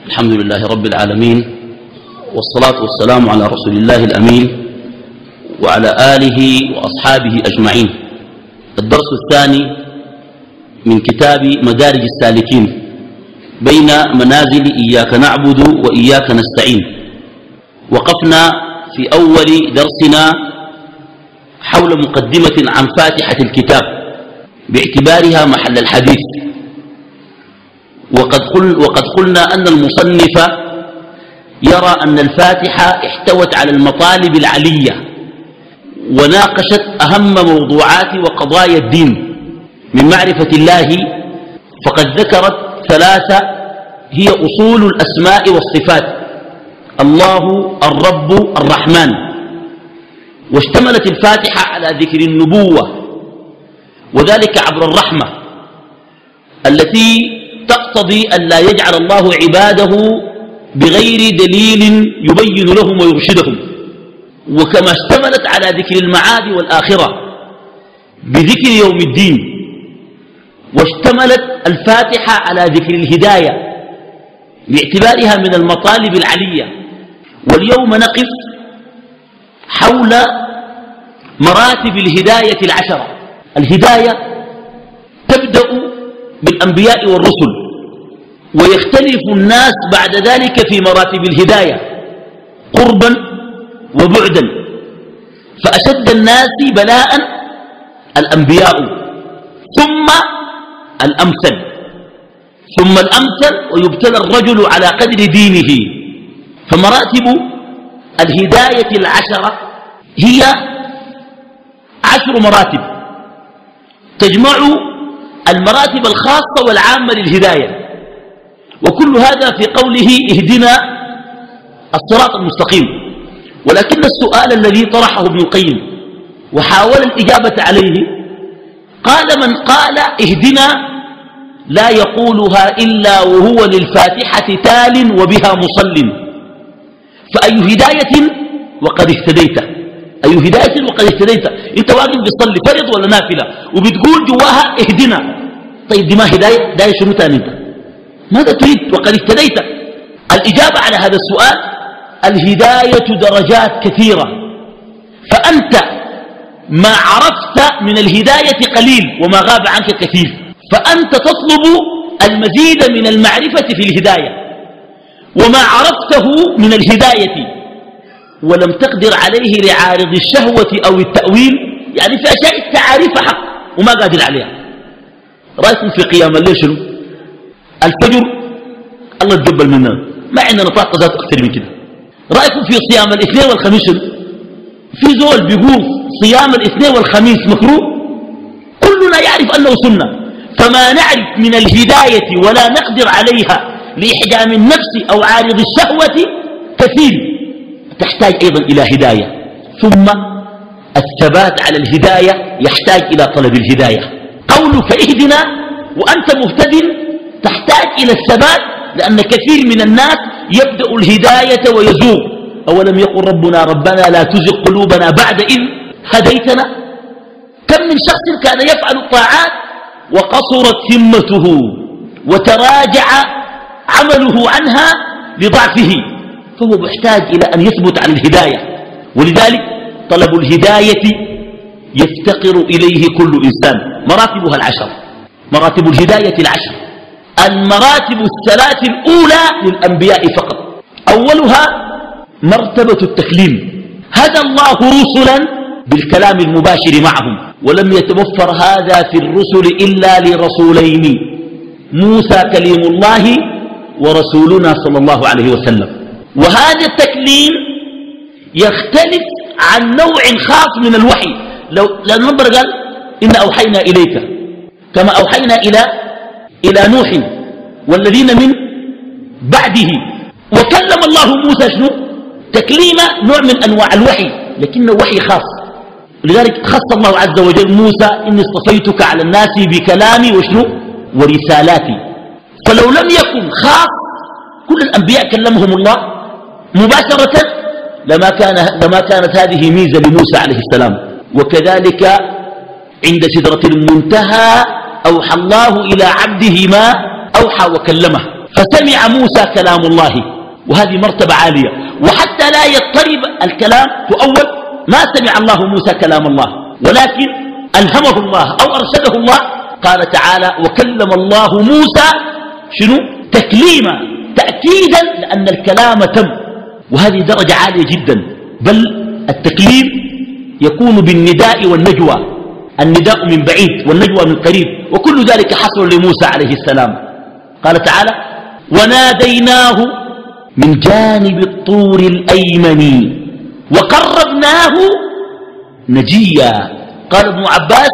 الحمد لله رب العالمين، والصلاة والسلام على رسول الله الأمين وعلى آله وأصحابه أجمعين. الدرس الثاني من كتاب مدارج السالكين بين منازل إياك نعبد وإياك نستعين. وقفنا في أول درسنا حول مقدمة عن فاتحة الكتاب باعتبارها محل الحديث، وقد قلنا أن المصنف يرى أن الفاتحة احتوت على المطالب العلية وناقشت أهم موضوعات وقضايا الدين من معرفة الله، فقد ذكرت ثلاثة هي أصول الأسماء والصفات: الله، الرب، الرحمن. واشتملت الفاتحة على ذكر النبوة، وذلك عبر الرحمة التي تقتضي أن لا يجعل الله عباده بغير دليل يبين لهم ويرشدهم، وكما اشتملت على ذكر المعاد والآخرة بذكر يوم الدين. واشتملت الفاتحة على ذكر الهداية باعتبارها من المطالب العلية. واليوم نقف حول مراتب الهداية العشرة. الهداية تبدأ بالأنبياء والرسل، ويختلف الناس بعد ذلك في مراتب الهداية قربا وبعدا، فأشد الناس بلاء الأنبياء، ثم الأمثل، ثم الأمثل، ويبتلى الرجل على قدر دينه. فمراتب الهداية العشرة هي 10 مراتب تجمع المراتب الخاصة والعامة للهداية، وكل هذا في قوله اهدنا الصراط المستقيم. ولكن السؤال الذي طرحه ابن القيم وحاول الإجابة عليه، قال: من قال اهدنا لا يقولها إلا وهو للفاتحة تال وبها مصل، فأي هداية وقد اهتديت، أي هداية وقد اهتديت. انت واقف بتصلي فرض ولا نافلة وبتقول جواها اهدنا، طيب دي ما هداية؟ هداية شنو تاني انت؟ ماذا تريد وقد اهتديت؟ الإجابة على هذا السؤال: الهداية درجات كثيرة، فأنت ما عرفت من الهداية قليل وما غاب عنك كثير، فأنت تطلب المزيد من المعرفة في الهداية، وما عرفته من الهداية ولم تقدر عليه لعارض الشهوة أو التأويل، يعني في أشياء التعاريف حق وما قادر عليها. رأيكم في قيام الليل شنو؟ الفجر الله يتقبل منا، ما عندنا طاقة ذات أكثر من كده. رأيكم في صيام الاثنين والخميس شنو؟ في زول بيقول صيام الاثنين والخميس مكروه، كلنا يعرف أنه سنة، فما نعرف من الهداية ولا نقدر عليها لإحجام النفس أو عارض الشهوة كثير، تحتاج أيضا إلى هداية. ثم الثبات على الهداية يحتاج إلى طلب الهداية. قولك اهدنا وأنت مهتد تحتاج إلى الثبات، لأن كثير من الناس يبدأ الهداية ويزوغ. أولم يقل ربنا لا تزغ قلوبنا بعد إذ هديتنا. كم من شخص كان يفعل الطاعات وقصرت همته وتراجع عمله عنها لضعفه، فهو محتاج إلى أن يثبت على الهداية. ولذلك طلب الهداية يفتقر إليه كل إنسان. مراتبها 10، مراتب الهداية 10. المراتب 3 الأولى للأنبياء فقط. أولها مرتبة التكليم، هدى الله رسلا بالكلام المباشر معهم، ولم يتوفر هذا في الرسل إلا لرسولين: موسى كليم الله ورسولنا صلى الله عليه وسلم. وهذا التكليم يختلف عن نوع خاص من الوحي. لأن ربنا قال: إن أوحينا إليك كما أوحينا إلى نوح والذين من بعده. وكلم الله موسى شنو؟ تكليما نوع من أنواع الوحي، لكنه وحي خاص. لذلك خص الله عز وجل موسى: إني اصطفيتك على الناس بكلامي وشنو؟ ورسالاتي. فلو لم يكن خاص كل الأنبياء كلمهم الله مباشرة لما كانت هذه ميزة لموسى عليه السلام. وكذلك عند سدرة المنتهى أوحى الله إلى عبده ما أوحى وكلمه. فسمع موسى كلام الله، وهذه مرتبة عالية. وحتى لا يضطرب الكلام تؤول، ما سمع الله موسى كلام الله، ولكن ألهمه الله أو أرشده الله. قال تعالى وكلم الله موسى شنو؟ تكليما، تأكيدا، لأن الكلام تم، وهذه درجة عالية جدا. بل التكليم يكون بالنداء والنجوى، النداء من بعيد والنجوى من قريب، وكل ذلك حصل لموسى عليه السلام. قال تعالى وناديناه من جانب الطور الأيمن وقربناه نجيا. قال ابن عباس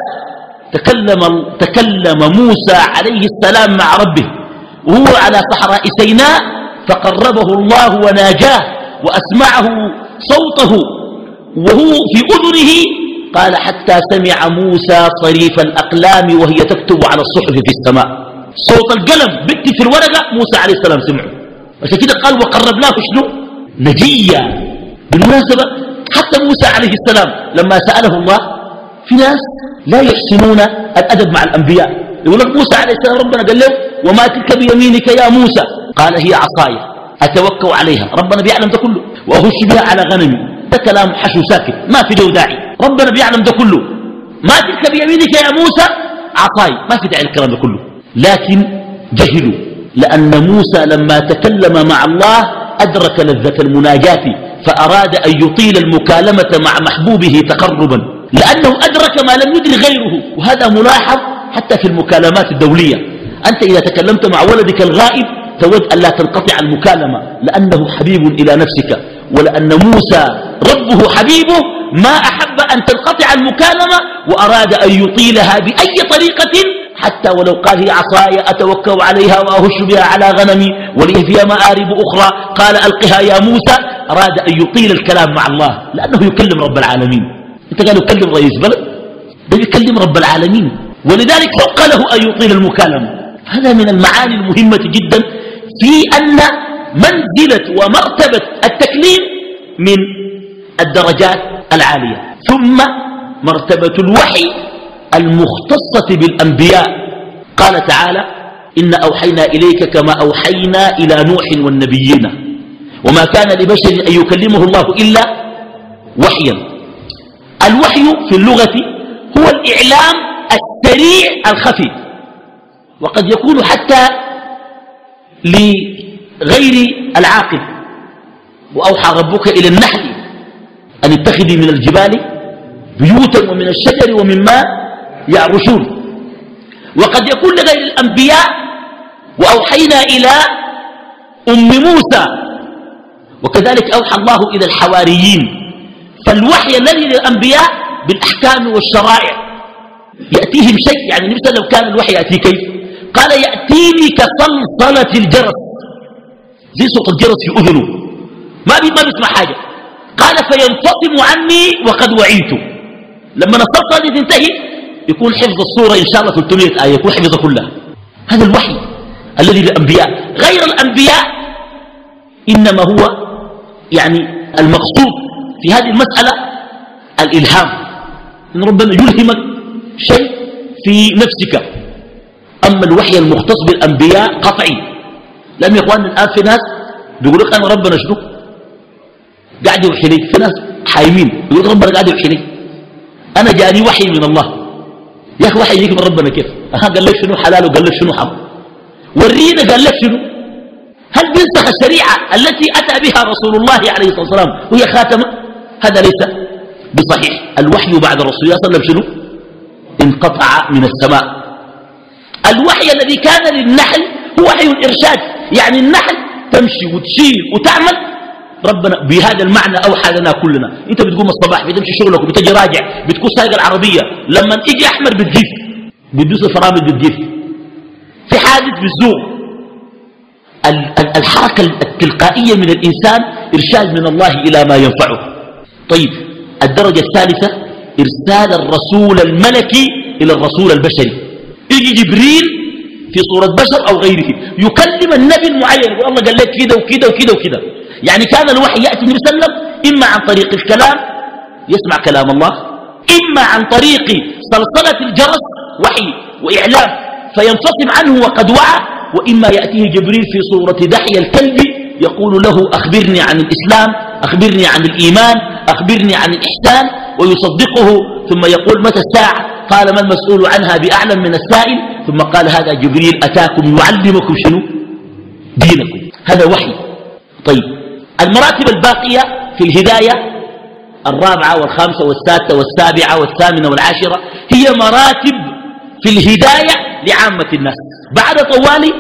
تكلم موسى عليه السلام مع ربه وهو على صحراء سيناء، فقربه الله وناجاه وأسمعه صوته وهو في أذنه. قال حتى سمع موسى صريف الأقلام وهي تكتب على الصحف في السماء، صوت القلم بكتب في الورقة موسى عليه السلام سمعه. عشان كده قال وقربناه شنو؟ نجيا. بالمناسبة حتى موسى عليه السلام لما سأله الله، في ناس لا يحسنون الأدب مع الأنبياء، يقول لك موسى عليه السلام ربنا قال له وما تلك بيمينك يا موسى؟ قال هي عصاي أتوكل عليها. ربنا بيعلم ده كله. وأهش بها على غنمي، ده كلام حشو ساكت ما في له داعي. ربنا بيعلم ده كله. ما تلك بيمينك يا موسى؟ عصاي، ما في داعي الكلام ده كله. لكن جهلوا، لأن موسى لما تكلم مع الله أدرك لذة المناجاة، فأراد أن يطيل المكالمة مع محبوبه تقربا، لأنه أدرك ما لم يدرك غيره. وهذا ملاحظ حتى في المكالمات الدولية. أنت إذا تكلمت مع ولدك الغائب تود أن لا تنقطع المكالمة، لأنه حبيب إلى نفسك، ولأن موسى ربه حبيبه ما أحب أن تنقطع المكالمة، وأراد أن يطيلها بأي طريقة، حتى ولو قال هي عصاي أتوكل عليها وأهش بها على غنمي ولي فيها مآرب أخرى، قال ألقها يا موسى. أراد أن يطيل الكلام مع الله لأنه يكلم رب العالمين. أنت قال يكلم رئيس بلد، ده يكلم رب العالمين، ولذلك حق له أن يطيل المكالمة. هذا من المعاني المهمة جدا في أن منزلة ومرتبة التكليم من الدرجات العالية. ثم مرتبة الوحي المختصة بالأنبياء. قال تعالى إن أوحينا إليك كما أوحينا إلى نوح والنبيين وما كان لبشر أن يكلمه الله إلا وحيا. الوحي في اللغة هو الإعلام السريع الخفي، وقد يكون حتى لغير العاقل. وأوحى ربك إلى النحل أن اتخذي من الجبال بيوتا ومن الشجر ومما يعرشون. وقد يكون لغير الأنبياء وأوحينا إلى أم موسى، وكذلك أوحى الله إلى الحواريين. فالوحي الذي للأنبياء بالأحكام والشرائع يأتيهم شيء، يعني مثل لو كان الوحي يأتي كيف؟ قال يأتيني كصلصلة الجرس، زي صوت الجرس في أذنه، ما بيسمع حاجة. قال فينفطم عني وقد وعيت. لما الصلصلة دي تنتهي يكون حفظ الصورة إن شاء الله 300 آية، يكون حفظها كلها. هذا الوحي الذي للأنبياء. غير الأنبياء إنما هو يعني المقصود في هذه المسألة الإلهام، إن ربنا يلهمك شيء في نفسك. أما الوحي المختص بالأنبياء قطعي. لم يقوان الآن في ناس بيقول لك أنا ربنا شنو قاعد يوحي لي، في ناس حايمين يقول ربنا قاعد يوحي لي، أنا جاني وحي من الله. يا أخي وحي يجيك من ربنا كيف؟ قال لك شنو حلال وقال لك شنو حرام، ورينا قال لك شنو. هل بينسخ الشريعة التي أتى بها رسول الله عليه الصلاة والسلام وهي خاتمة؟ هذا ليس بصحيح. الوحي بعد رسول الله صلى الله عليه وسلم شنو؟ انقطع من السماء. الوحي الذي كان للنحل هو وحي الإرشاد، يعني النحل تمشي وتشيل وتعمل. ربنا بهذا المعنى أوحى لنا كلنا. أنت بتقوم الصباح بتمشي شغلك وبتجي راجع بتكون سايق العربية، لما يجي أحمر بتجيف، بتدوس الفرامل بتجيف، في حادث بالزوق. الحركة التلقائية من الإنسان إرشاد من الله إلى ما ينفعه. طيب الدرجة الثالثة إرسال الرسول الملكي إلى الرسول البشري. يجي جبريل في صورة بشر أو غيره يكلم النبي المعين، يقول الله قال لك كده وكده وكده وكده. يعني كان الوحي يأتي النبي صلى الله عليه وسلم إما عن طريق الكلام يسمع كلام الله، إما عن طريق صلصلة الجرس وحي وإعلام فينفصم عنه وقد وعى، وإما يأتيه جبريل في صورة دحية الكلب يقول له أخبرني عن الإسلام، أخبرني عن الإيمان، أخبرني عن الإحسان، ويصدقه ثم يقول متى الساعة؟ قال ما المسؤول عنها بأعلم من السائل. ثم قال هذا جبريل أتاكم يعلمكم شنو؟ دينكم. هذا وحي. طيب المراتب الباقية في الهداية الرابعة والخامسة والسادسة والسابعة والثامنة والعاشرة هي مراتب في الهداية لعامة الناس. بعد طوال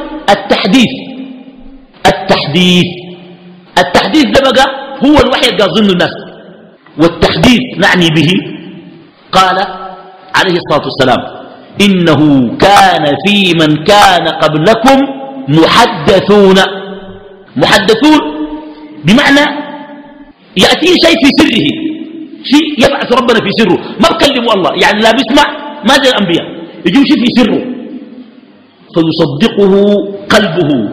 التحديث ده بقى هو الوحي اللي يظن الناس. والتحديث نعني به قال عليه الصلاة والسلام إنه كان في من كان قبلكم محدثون بمعنى يأتيه شيء في سره، شيء يبعث ربنا في سره، ما بكلمه الله، يعني لا بيسمع، ما زي الأنبياء، يجيب شيء في سره فيصدقه قلبه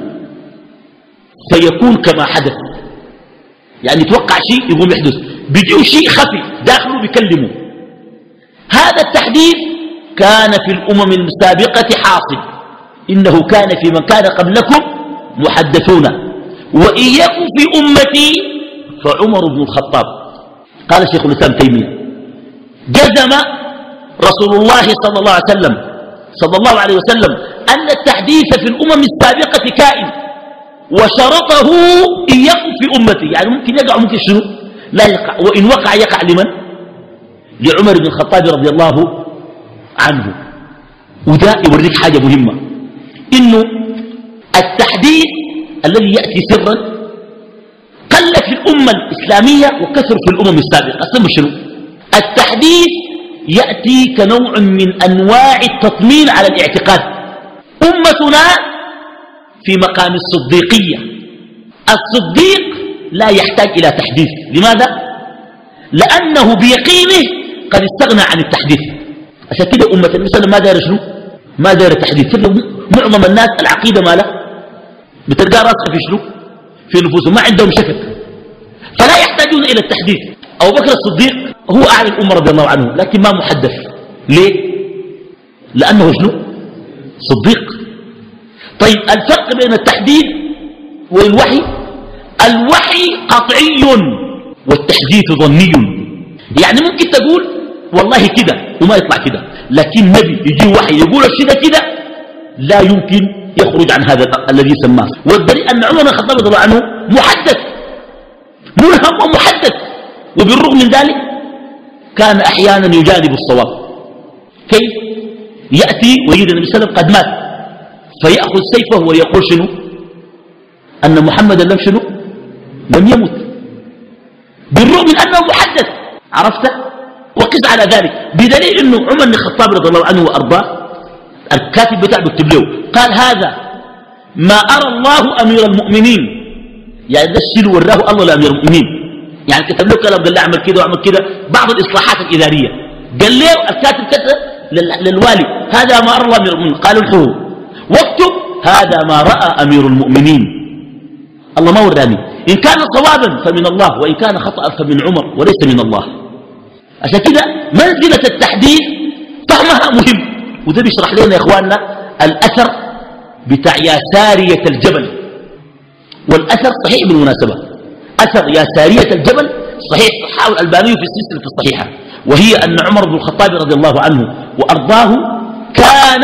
فيكون كما حدث. يعني يتوقع شيء يقوم يحدث، بيجيو شيء خفي داخله بيكلمه. هذا التحديث كان في الأمم السابقة حاصل، إنه كان في من كان قبلكم محدثون وإياكم في أمتي فعمر بن الخطاب. قال شيخ الإسلام تيمية جزم رسول الله صلى الله عليه وسلم أن التحديث في الأمم السابقة كائن، وشرطه إياكم في أمتي، يعني ممكن يقع ممكن شنو لا يقع، وإن وقع يقع لمن؟ لعمر بن الخطاب رضي الله عنه. وده يوريك حاجة مهمة، إنه التحديث الذي يأتي سرا قل في الأمة الإسلامية وكثر في الأمم السابقة. أصلا شنو؟ التحديث يأتي كنوع من أنواع التطمين على الاعتقاد. أمتنا في مقام الصديقية، الصديق لا يحتاج إلى تحديث. لماذا؟ لأنه بيقينه قد استغنى عن التحديث. عشان كده أمة النبي صلى الله عليه وسلم ما داير شنو؟ ما داير التحديث. معظم الناس العقيدة مالها بتلقى راسها في شنو؟ في نفوسهم، ما عندهم شكك، فلا يحتاجون إلى التحديث. أبو بكر الصديق هو أعلى الأمة رضي الله عنه، لكن ما محدث. ليه؟ لأنه شنو؟ صديق. طيب الفرق بين التحديث والوحي، الوحي قطعي والتحديث ظني. يعني ممكن تقول والله كده وما يطلع كده، لكن نبي يجي وحي يقول الشيء كده لا يمكن يخرج عن هذا الذي سماه. والدليل أن عمر بن الخطاب رضي الله عنه محدث ملهم ومحدث، وبالرغم من ذلك كان أحيانا يجانب الصواب. كيف؟ يأتي ويجد النبي صلى الله عليه وسلم قد مات فيأخذ سيفه ويقول شنو؟ أن محمدا لم شنو؟ لم يمت، بالرغم من أنه محدث. عرفت؟ وقس على ذلك بدليل أنه عمر بن الخطاب رضي الله عنه وأرضاه الكاتب بتاعه بيكتب له قال هذا ما أرى الله أمير المؤمنين، يعني ده الشيء وراه الله لأمير المؤمنين، يعني كتب له كلام قال له اعمل كده واعمل كده، بعض الإصلاحات الإدارية قال له الكاتب كتب للوالي هذا ما أرى الله أمير المؤمنين، قالوا الحروب واكتب هذا ما رأى أمير المؤمنين. الله ما وراني، إن كان صوابا فمن الله وإن كان خطأ فمن عمر وليس من الله. عشان كده منزلة التحديث فهمها مهم. وده بيشرح لنا يا إخواننا الأثر بتاع يا سارية الجبل. والأثر صحيح بالمناسبة، أثر يا سارية الجبل صحيح، صححه الألباني في السلسلة الصحيحة، وهي أن عمر بن الخطاب رضي الله عنه وأرضاه كان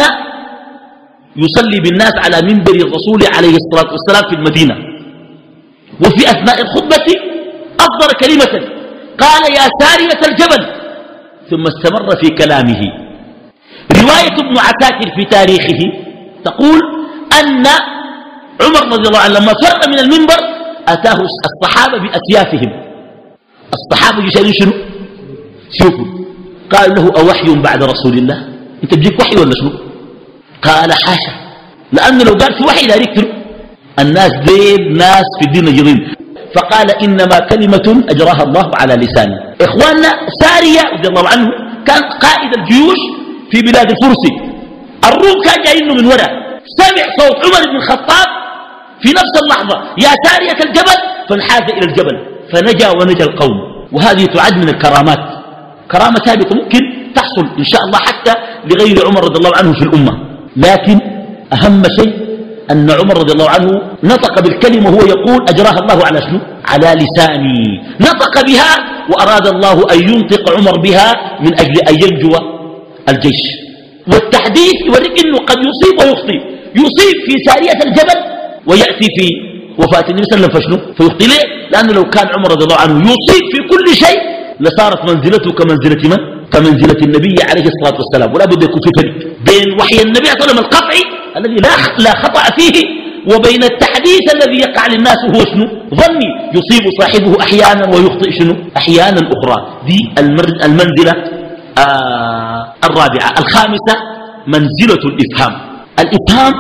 يصلي بالناس على منبر الرسول عليه الصلاة والسلام في المدينة، وفي أثناء الخطبة أصدر كلمة قال يا سارية الجبل، ثم استمر في كلامه. رواية ابن عساكر في تاريخه تقول أن عمر رضي الله عنه لما فر من المنبر أتاه الصحابة بأسيافهم، الصحابة يسألون شنو؟ شوفوا، قال له أوحي بعد رسول الله؟ أنت بجيك وحي ولا شنو؟ قال حاشا، لأنه لو قال في وحي لا يكتر الناس ديل ناس في الدين الجرين. فقال إنما كلمة أجراها الله على لسانه. إخواننا سارية رضي الله عنه كان قائد الجيوش في بلاد الفرس، الروم كان جايينه من وراء، سمع صوت عمر بن الخطاب في نفس اللحظة يا سارية الجبل، فانحاز إلى الجبل فنجا ونجا القوم. وهذه تعد من الكرامات، كرامة ثابتة ممكن تحصل إن شاء الله حتى لغير عمر رضي الله عنه في الأمة. لكن أهم شيء أن عمر رضي الله عنه نطق بالكلمة وهو يقول أجراها الله على شنو؟ على لساني. نطق بها وأراد الله أن ينطق عمر بها من أجل أن ينجو الجيش. والتحديث يوريك أنه قد يصيب ويخطئ. يصيب في سارية الجبل ويأتي في وفاة النبي صلى الله عليه وسلم فشنو؟ فيخطئ ليه؟ لأنه لو كان عمر رضي الله عنه يصيب في كل شيء لصارت منزلته كمنزلة من؟ كمنزلة النبي عليه الصلاة والسلام. ولا بد يكون في فرق بين وحي النبي صلى الله عليه وسلم القطعي الذي لا خطأ فيه وبين التحديث الذي يقع للناس وهو شنو؟ ظني يصيب صاحبه أحيانا ويخطئ شنو؟ أحيانا أخرى. دي المنزلة الرابعة. الخامسة منزلة الإفهام. الإفهام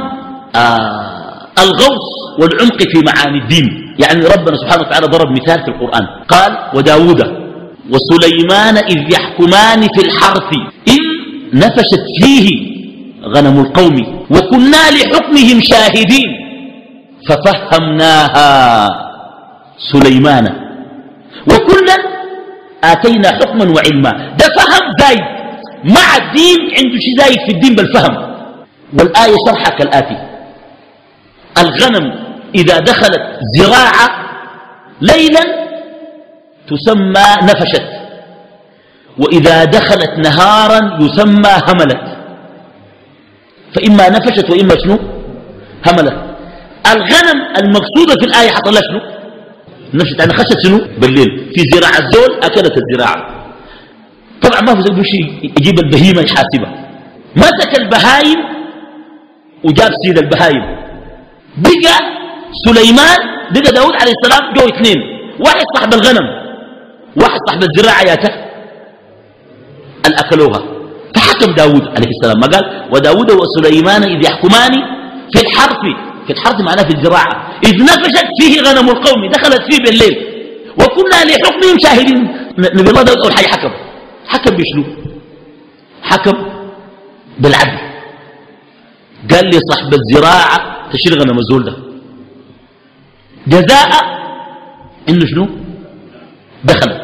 الغوص والعمق في معاني الدين. يعني ربنا سبحانه وتعالى ضرب مثال في القرآن قال وداود وسليمان إذ يحكمان في الحرث إذ نفشت فيه غنم القوم وكنا لحكمهم شاهدين ففهمناها سليمان وكلا آتينا حكما وعلما. ده فهم زايد مع الدين، عنده شيء زايد في الدين بالفهم. والآية شرحها كالآتي: الغنم إذا دخلت زراعة ليلا تسمى نفشت، وإذا دخلت نهارا يسمى هملت. فإما نفشت وإما شنو؟ هملت. الغنم المقصودة في الآية حصل لها شنو؟ نفشت يعني خشت شنو؟ بالليل. في زراعة الزول أكلت الزراعة. طبعا ما في زول بيمشي يجيب البهيمة يحاسبها. مسك البهايم وجاب سيد البهايم. بقى سليمان بقى داود عليه السلام جو اثنين، واحد صاحب الغنم واحد صاحب الزراعة ياته الأكلوها. فحكم داود عليه السلام ما قال وداود وسليمان إذ يحكمان في الحرث. في الحرث معناه في الزراعة. إذ نفشت فيه غنم القوم دخلت فيه بالليل وكنا لحكمهم شاهدين. نبي الله داود أول حاجة حكم بشنو؟ حكم بالعدل. قال لي صاحب الزراعة تشيل غنم الزول ده جزاء إنه شنو؟ دخل.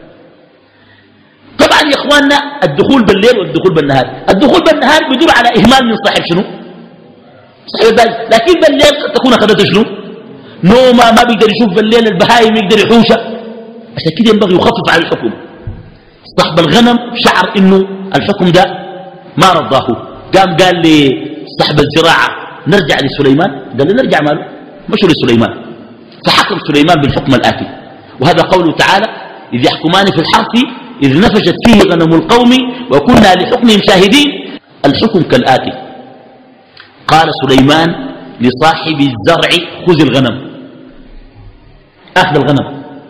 طبعا يا إخواننا الدخول بالليل والدخول بالنهار، الدخول بالنهار بيدور على إهمال من صاحب شنو؟ صاحب البال. لكن بالليل قد تكون أخذته شنو؟ نومه ما بيقدر يشوف بالليل البهايم يقدر يحوشه. عشان كده ينبغي يخفف على الحكم. صاحب الغنم شعر إنه الحكم ده ما رضاه، قال لي صاحب الزراعة نرجع لسليمان. قال لي نرجع ماله مشوا لسليمان. فحكم سليمان بالحكم الآتي، وهذا قوله تعالى إذ يحكمان في الحرث إذ نفشت فيه غنم القوم وكنا لحكمهم شاهدين. الحكم كالآتي: قال سليمان لصاحب الزرع خذ الغنم، أخذ الغنم.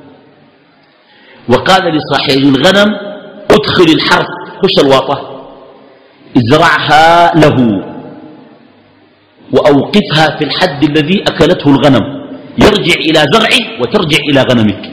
وقال لصاحب الغنم ادخل الحرث، خش الواطة، ازرعها له وأوقفها في الحد الذي أكلته الغنم، يرجع إلى زرعه وترجع إلى غنمك.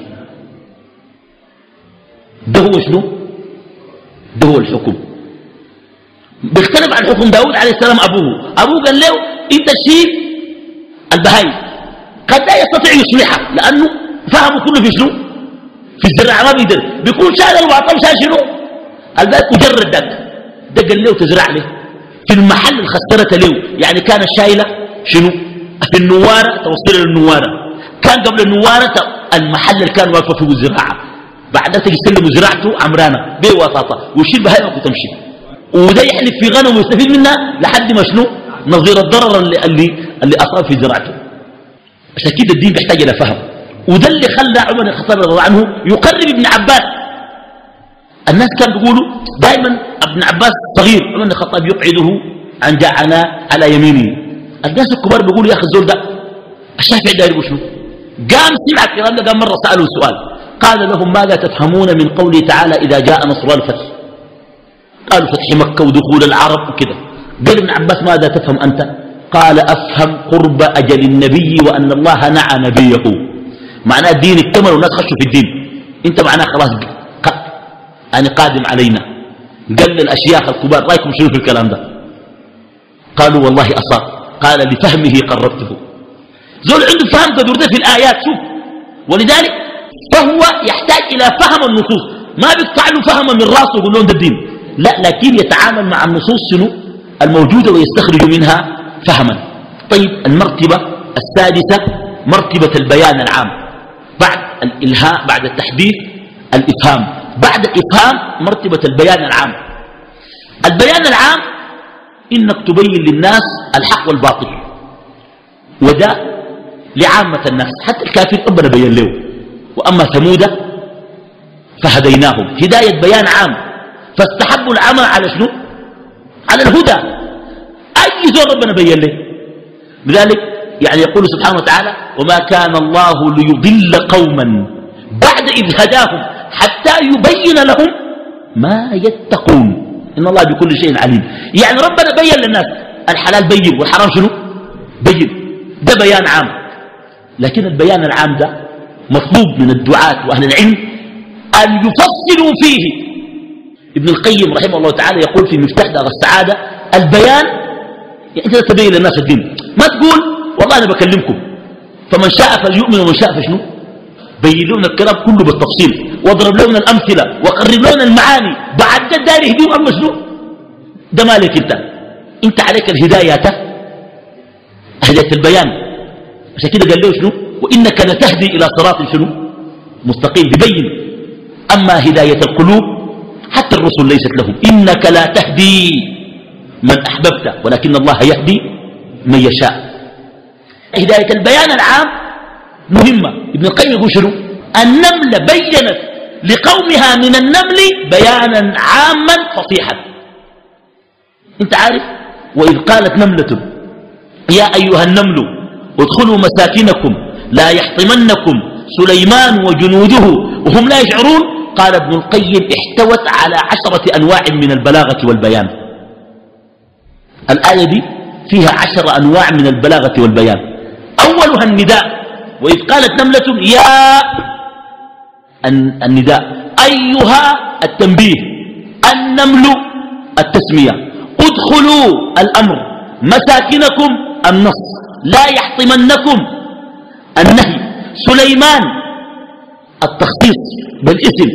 ده هو شنو؟ ده هو الحكم. بيختلف عن حكم داود عليه السلام. أبوه قال له انت شيل البهايم، قد لا يستطيع يصلحها لأنه فهمه كله في شنو؟ في الزراعة ما بيقدر. بيكون شال الواطة وشال شنو؟ الباك مجرد ده قال له تزرع له في المحل الخسرة له. يعني كان شايلة شنو؟ في النوارة توصل للنوارة. كان قبل النوارة المحل اللي كان واقف فيه الزراعة، بعدها تجي تسلم زراعته عمرانة بوساطة ويشيل بهايمك وتمشي. وده يحلف في غنم ويستفيد منها لحد ما شنو؟ نظير الضرر اللي أصاب في زراعته. عشان كده الدين بيحتاج إلى فهم. وده اللي خلى عمر بن الخطاب رضي الله عنه يقرب ابن عباس. الناس كانوا بيقولوا دائما ابن عباس صغير، عمر بن الخطاب يقعده عن جاءنا على يمينه. الناس الكبار بيقولوا يا أخي الزول ده الشافعي داير شنو؟ قام سمع الكلام ده، قام مرة سأله سؤال قال لهم ماذا تفهمون من قوله تعالى إذا جاء نصر الفتح؟ قالوا فتح مكة ودخول العرب وكده. قال ابن عباس ماذا تفهم أنت؟ قال أفهم قرب أجل النبي وأن الله نعى نبيه. معناه الدين اكتمل والناس خشوا في الدين، انت معناه خلاص أنا قادم علينا. قال للأشياخ الكبار رأيكم شنو في الكلام ده؟ قالوا والله أصاب. قال لفهمه قربته. زول عنده فهم قدر ده في الآيات. شوف، ولذلك فهو يحتاج إلى فهم النصوص. ما بيقطع له فهما من راسه ويقول لهم ده الدين، لا، لكن يتعامل مع النصوص شنو الموجودة ويستخرج منها فهما. طيب المرتبة السادسة مرتبة البيان العام، بعد الإلهاء، بعد التحديث الإفهام، بعد الإفهام مرتبة البيان العام. البيان العام إنك تبين للناس الحق والباطل، وده لعامة الناس، حتى الكافر ربنا بين له. وأما ثمود فهديناهم، هداية بيان عام، فاستحبوا العمى على شنو؟ على الهدى. أي زور ربنا بين له. لذلك يعني يقول سبحانه وتعالى: وما كان الله ليضل قوما بعد إذ هداهم حتى يبين لهم ما يتقون إن الله بكل شيء عليم. يعني ربنا بين للناس الحلال بين والحرام شنو؟ بين. ده بيان عام. لكن البيان العام ده مطلوب من الدعاة وأهل العلم أن يفصلوا فيه. ابن القيم رحمه الله تعالى يقول في مفتاح دار السعادة: البيان يعني أنت تبين للناس الدين، ما تقول والله أنا بكلمكم فمن شاء فليؤمن ومن شاء فشنو. بين لنا الكلام كله بالتفصيل، واضرب لنا الأمثلة، وقرب لنا المعاني. بعد ده داري يهديهم أما شنو؟ ده مالك أنت عليك الهداية، هداية البيان. عشان كده قال له شنو؟ وإنك لتهدي إلى صراط شنو؟ مستقيم، ببين. أما هداية القلوب حتى الرسل ليست لهم، إنك لا تهدي من أحببت ولكن الله يهدي من يشاء. هداية البيان العام مهمة. ابن القيم يقول شنو؟ النملة بينت لقومها من النمل بيانا عاما فصيحا. انت عارف؟ وإذ قالت نملة يا أيها النمل ادخلوا مساكنكم لا يحطمنكم سليمان وجنوده وهم لا يشعرون. قال ابن القيم احتوت على 10 أنواع من البلاغة والبيان. الآية دي فيها 10 أنواع من البلاغة والبيان. أولها النداء: وإذ قالت نملة يا النداء، أيها التنبيه، النمل التسمية، ادخلوا الأمر، مساكنكم النص، لا يحطمنكم النهي، سليمان التخصيص بالاسم،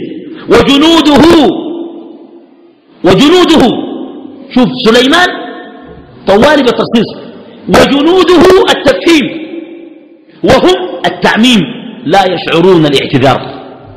وجنوده شوف سليمان طوالي بالتخصيص، وجنوده التفهيم، وهم التعميم لا يشعرون الاعتذار.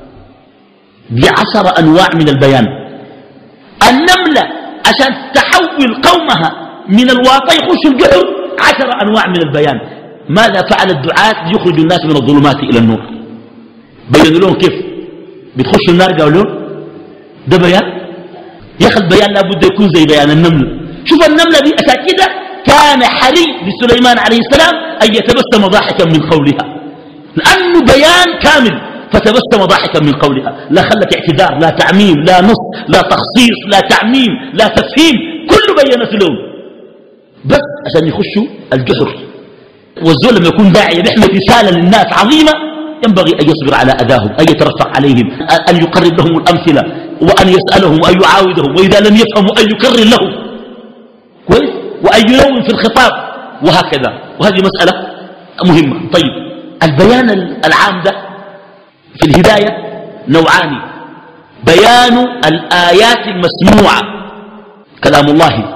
ب10 أنواع من البيان. النملة عشان تحول قومها من الواطة يخشوا الجحر 10 أنواع من البيان. ماذا فعل الدعاة ليخرجوا الناس من الظلمات إلى النور؟ بينوا لهم كيف بتخشوا النار، قالوا لهم ده بيان. يا أخي البيان لابد يكون زي بيان النمل. شوف النملة دي عشان كده كان حري لسليمان عليه السلام أن يتبسم ضاحكا من قولها، لأنه بيان كامل، فتبسم ضاحكا من قولها. لا خلت اعتذار، لا تعميم، لا نص، لا تخصيص، لا تعميم، لا تفهيم، كله بينت لهم بس عشان يخشوا الجحر. والزول لما يكون داعية بيحمل رسالة للناس عظيمة ينبغي أن يصبر على أذاهم، أن يترفق عليهم، أن يقرب لهم الأمثلة، وأن يسألهم وأن يعاودهم، وإذا لم يفهموا أن يكرر لهم كويس، وأن يلون في الخطاب، وهكذا. وهذه مسألة مهمة. طيب البيان العام ده في الهداية نوعان: بيان الآيات المسموعة كلام الله،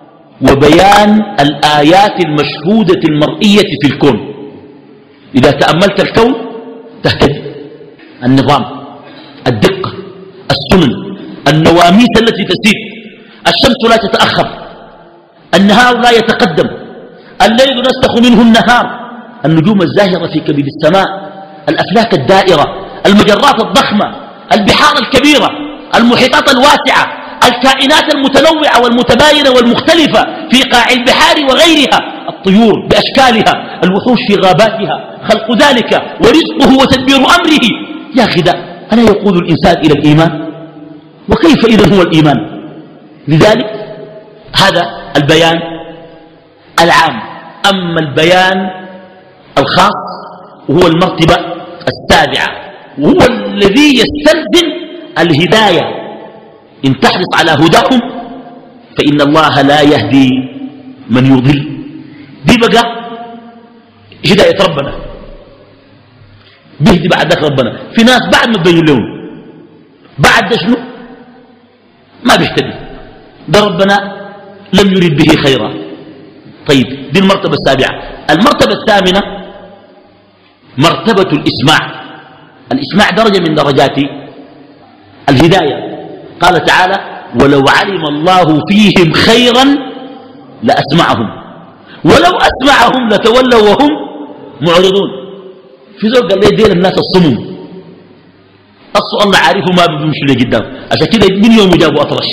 وبيان الآيات المشهودة المرئية في الكون. إذا تأملت الكون تهتدي. النظام، الدقة، السنن، النواميس التي تسير، الشمس لا تتأخر، النهار لا يتقدم، الليل نسخ منه النهار، النجوم الزاهرة في كبد السماء، الأفلاك الدائرة، المجرات الضخمة، البحار الكبيرة، المحيطات الواسعة، الكائنات المتنوعة والمتباينة والمختلفة في قاع البحار وغيرها، الطيور بأشكالها، الوحوش في غاباتها، خلق ذلك ورزقه وتدبير أمره. يا أخي ده ألا يقود الإنسان إلى الإيمان؟ وكيف إذن هو الإيمان؟ لذلك هذا البيان العام. أما البيان الخاص وهو المرتبة السابعة، وهو الذي يستلزم الهداية. إن تحرص على هداهم فإن الله لا يهدي من يضل. دي بقى هداية ربنا، بيهدي بعد ذلك ربنا. في ناس بعد ما تبين لهم بعد ده شنو ما بيهتدي، ده ربنا لم يريد به خيرا. طيب دي المرتبة السابعة. المرتبة الثامنة مرتبة الإسماع. الإسماع درجة من درجات الهداية. قال تعالى ولو علم الله فيهم خيرا لأسمعهم ولو أسمعهم لتولوا وهم معرضون. في زول قال لي دير الناس الصمم أصل الله عارفه ما بيمشوا لي قدام عشان كده من يوم جابوا أطرش.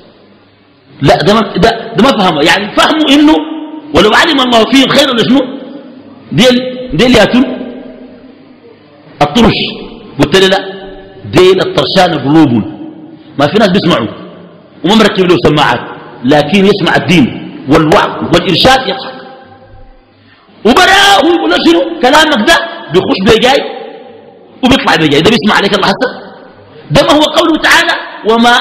لا ده ما فهمه. يعني فهموا إنه ولو علم الله فيهم خيرا لشنو ديل ياتون الطرش. قلت لي لا ديل الطرشان قلوب. ما في ناس بيسمعوا وما مركب له سماعات لكن يسمع الدين والوعظ والإرشاد يضحك وبراه ويقول له شنو كلامك ده بيخش بيجاي وبيطلع بيجاي. ده بيسمع عليك الله حسن. ده ما هو قوله تعالى وما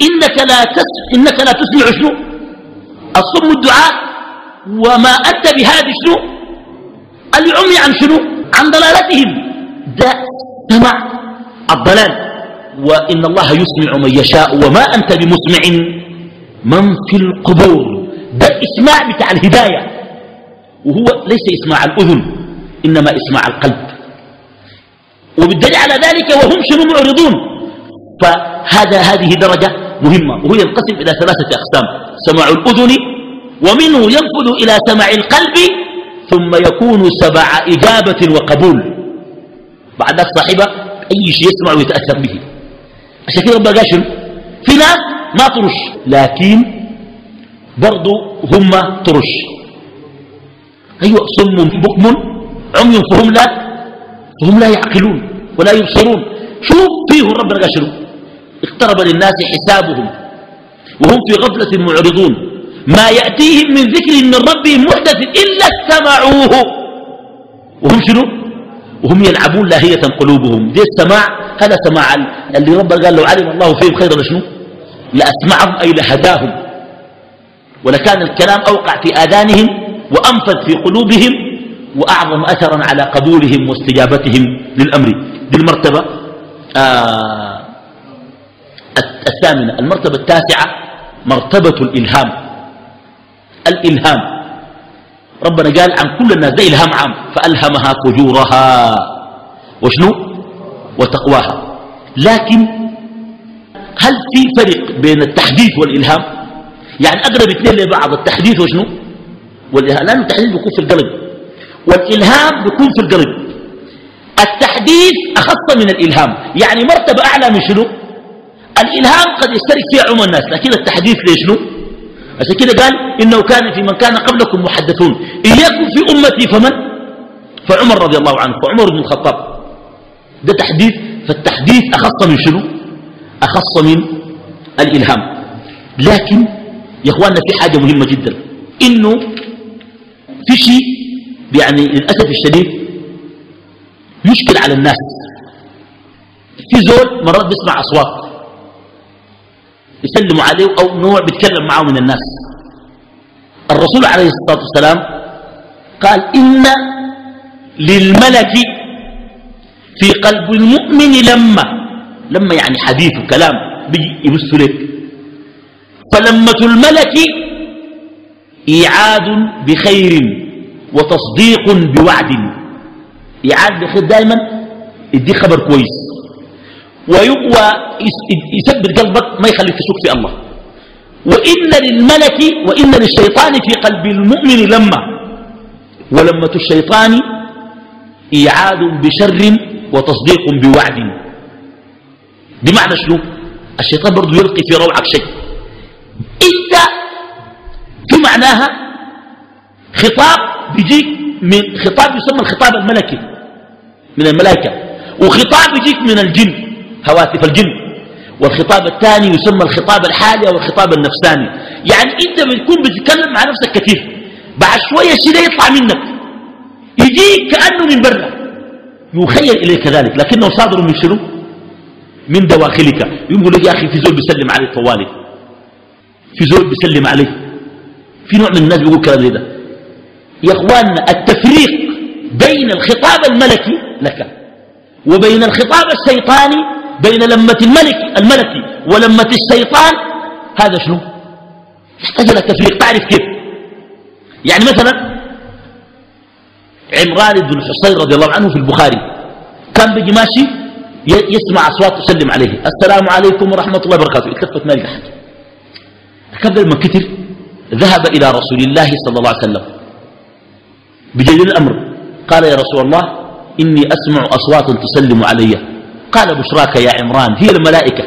إنك لا تسمع شنو الصم الدعاء وما أنت بهذه شنو العمي عن شنو عن ضلالتهم. ده سمع الضلال. وإن الله يسمع من يشاء وما أنت بمسمع من في القبور. ده الإسماع بتاع الهداية وهو ليس إسماع الأذن إنما إسماع القلب. وبالدليل على ذلك وهم شنو معرضون. هذه درجة مهمة وهو ينقسم إلى 3 أقسام. سمع الأذن ومنه ينفذ إلى سمع القلب ثم يكون سبع إجابة وقبول. بعد ذلك صاحبه أي شيء يسمع ويتأثر به. عشان كده ربنا قال في ناس ما ترش لكن برضو هم ترش. أيوة صم بكم عمي فهم لا يعقلون ولا يبصرون. شوف فيهم ربنا قال اقترب للناس حسابهم وهم في غفلة معرضون ما يأتيهم من ذكر من ربهم محدث إلا استمعوه وهم شنو وهم يلعبون لاهية قلوبهم. دي السماع هذا سماع اللي ربنا قال لو علم الله فيهم خيرا لشنو لأسمعهم أي لهداهم ولكان الكلام أوقع في آذانهم وأنفذ في قلوبهم وأعظم أثرا على قبولهم واستجابتهم للأمر. دي المرتبة الثامنة. المرتبة التاسعة مرتبة الإلهام. الإلهام ربنا قال عن كل الناس ده إلهام عام فألهمها فجورها وشنو وتقواها. لكن هل في فرق بين التحديث والإلهام؟ يعني أقرب اثنين لبعض التحديث وشنو والإلهام. لأن التحديث بيكون في القلب والإلهام بيكون في القلب. التحديث أخص من الإلهام. يعني مرتبة أعلى من شنو الإلهام قد يشترك فيها عموم الناس لكن التحديث ليش شنو. عشان كده قال إنه كان في من كان قبلكم محدثون إن يكن في أمتي فعمر رضي الله عنه فعمر بن الخطاب. ده تحديث. فالتحديث أخص من شنو أخص من الإلهام. لكن يا إخواننا في حاجة مهمة جدا إنه في شيء يعني للأسف الشديد يشكل على الناس. في زول مرات بيسمع أصوات يسلموا عليه أو نوع بيتكلم معه من الناس. الرسول عليه الصلاة والسلام قال إن للملك في قلب المؤمن لما يعني حديث كلام بيجي يبث لك. فلمة الملك إيعاد بخير وتصديق بوعد. إيعاد بخير دائما يديك خبر كويس ويثبت قلبك ما يخليك تشك في الله. وإن للملك وإن للشيطان في قلب المؤمن ولمة الشيطان إيعاد بشر وتصديق بوعد. بمعنى شنو الشيطان برضو يلقي في روعك شيء انت في معناها خطاب بيجيك من خطاب يسمى الخطاب الملكي من الملائكة وخطاب يجيك من الجن هواتف الجن والخطاب الثاني يسمى الخطاب الحالي أو الخطاب النفساني. يعني انت بتكون بتتكلم مع نفسك كثير بعد شوية الشيء ده يطلع منك يجيك كأنه من برا يخيل إليك ذلك لكنه صادر من شنو من دواخلك. يقول لك يا أخي في زول بيسلم عليه طوالي في زول بيسلم عليه. في نوع من الناس بيقول كلام زي ده. يا اخواننا التفريق بين الخطاب الملكي لك وبين الخطاب الشيطاني بين لمة الملكي ولمة الشيطان هذا شنو يحتاج إلى تفريق. تعرف كيف يعني مثلا عمران بن حصين رضي الله عنه في البخاري كان بيجي ماشي يسمع أصوات تسلم عليه السلام عليكم ورحمة الله وبركاته، التفت ما يلقى حاجة. قبل ما كتر ذهب إلى رسول الله صلى الله عليه وسلم بجليل الأمر، قال يا رسول الله إني أسمع أصوات تسلم علي. قال بشراك يا عمران هي الملائكة،